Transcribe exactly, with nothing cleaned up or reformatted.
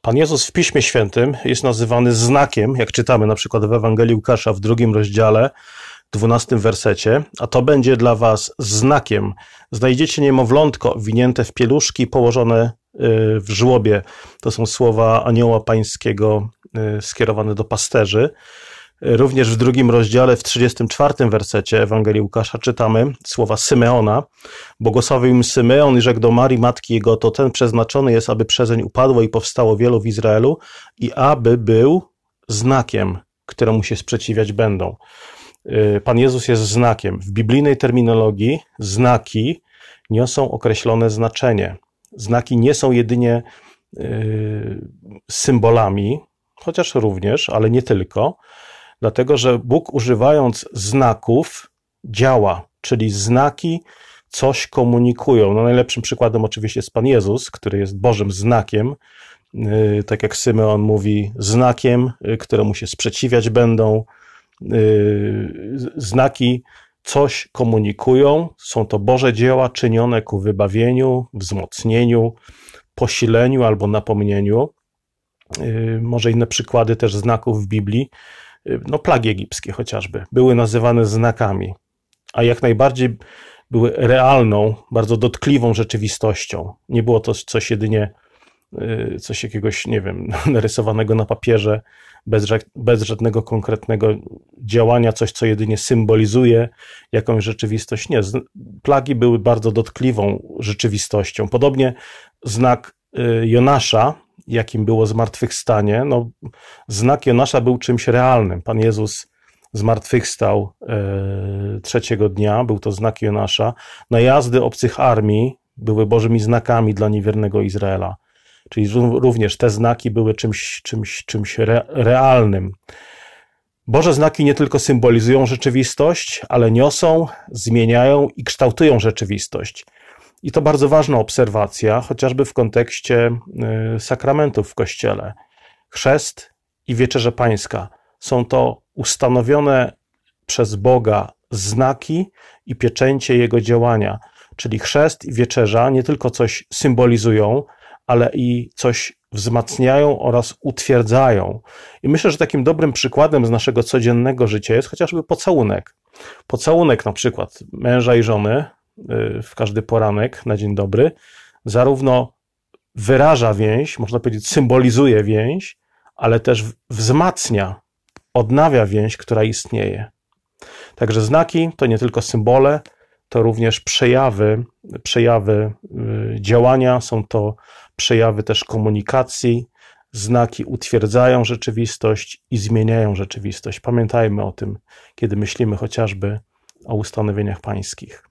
Pan Jezus w Piśmie Świętym jest nazywany znakiem, jak czytamy na przykład w Ewangelii Łukasza w drugim rozdziale, dwunastym wersecie, a to będzie dla was znakiem. Znajdziecie niemowlątko winięte w pieluszki, położone w żłobie. To są słowa anioła pańskiego skierowane do pasterzy. Również w drugim rozdziale, w trzydziestym czwartym wersecie Ewangelii Łukasza czytamy słowa Symeona. Błogosławił im Symeon i rzekł do Marii, matki jego, to ten przeznaczony jest, aby przezeń upadło i powstało wielu w Izraelu i aby był znakiem, któremu się sprzeciwiać będą. Pan Jezus jest znakiem. W biblijnej terminologii znaki niosą określone znaczenie. Znaki nie są jedynie yy, symbolami, chociaż również, ale nie tylko, dlatego że Bóg, używając znaków, działa, czyli znaki coś komunikują. No najlepszym przykładem oczywiście jest Pan Jezus, który jest Bożym znakiem, yy, tak jak Symeon mówi, znakiem, yy, któremu się sprzeciwiać będą. Yy, znaki coś komunikują, są to Boże dzieła czynione ku wybawieniu, wzmocnieniu, posileniu albo napomnieniu. Yy, może inne przykłady też znaków w Biblii, yy, no plagi egipskie chociażby, były nazywane znakami, a jak najbardziej były realną, bardzo dotkliwą rzeczywistością. Nie było to coś jedynie, yy, coś jakiegoś, nie wiem, narysowanego na papierze, bez, bez żadnego konkretnego działania, coś, co jedynie symbolizuje jakąś rzeczywistość. Nie, plagi były bardzo dotkliwą rzeczywistością. Podobnie znak Jonasza, jakim było zmartwychwstanie, no, znak Jonasza był czymś realnym. Pan Jezus zmartwychwstał e, trzeciego dnia, był to znak Jonasza. Najazdy obcych armii były Bożymi znakami dla niewiernego Izraela. Czyli również te znaki były czymś, czymś, czymś re, realnym. Boże znaki nie tylko symbolizują rzeczywistość, ale niosą, zmieniają i kształtują rzeczywistość. I to bardzo ważna obserwacja, chociażby w kontekście sakramentów w Kościele. Chrzest i Wieczerza Pańska są to ustanowione przez Boga znaki i pieczęcie Jego działania. Czyli chrzest i wieczerza nie tylko coś symbolizują, ale i coś wzmacniają oraz utwierdzają. I myślę, że takim dobrym przykładem z naszego codziennego życia jest chociażby pocałunek. Pocałunek na przykład męża i żony w każdy poranek na dzień dobry zarówno wyraża więź, można powiedzieć symbolizuje więź, ale też wzmacnia, odnawia więź, która istnieje. Także znaki to nie tylko symbole, to również przejawy, przejawy działania, są to przejawy też komunikacji. Znaki utwierdzają rzeczywistość i zmieniają rzeczywistość. Pamiętajmy o tym, kiedy myślimy chociażby o ustanowieniach pańskich.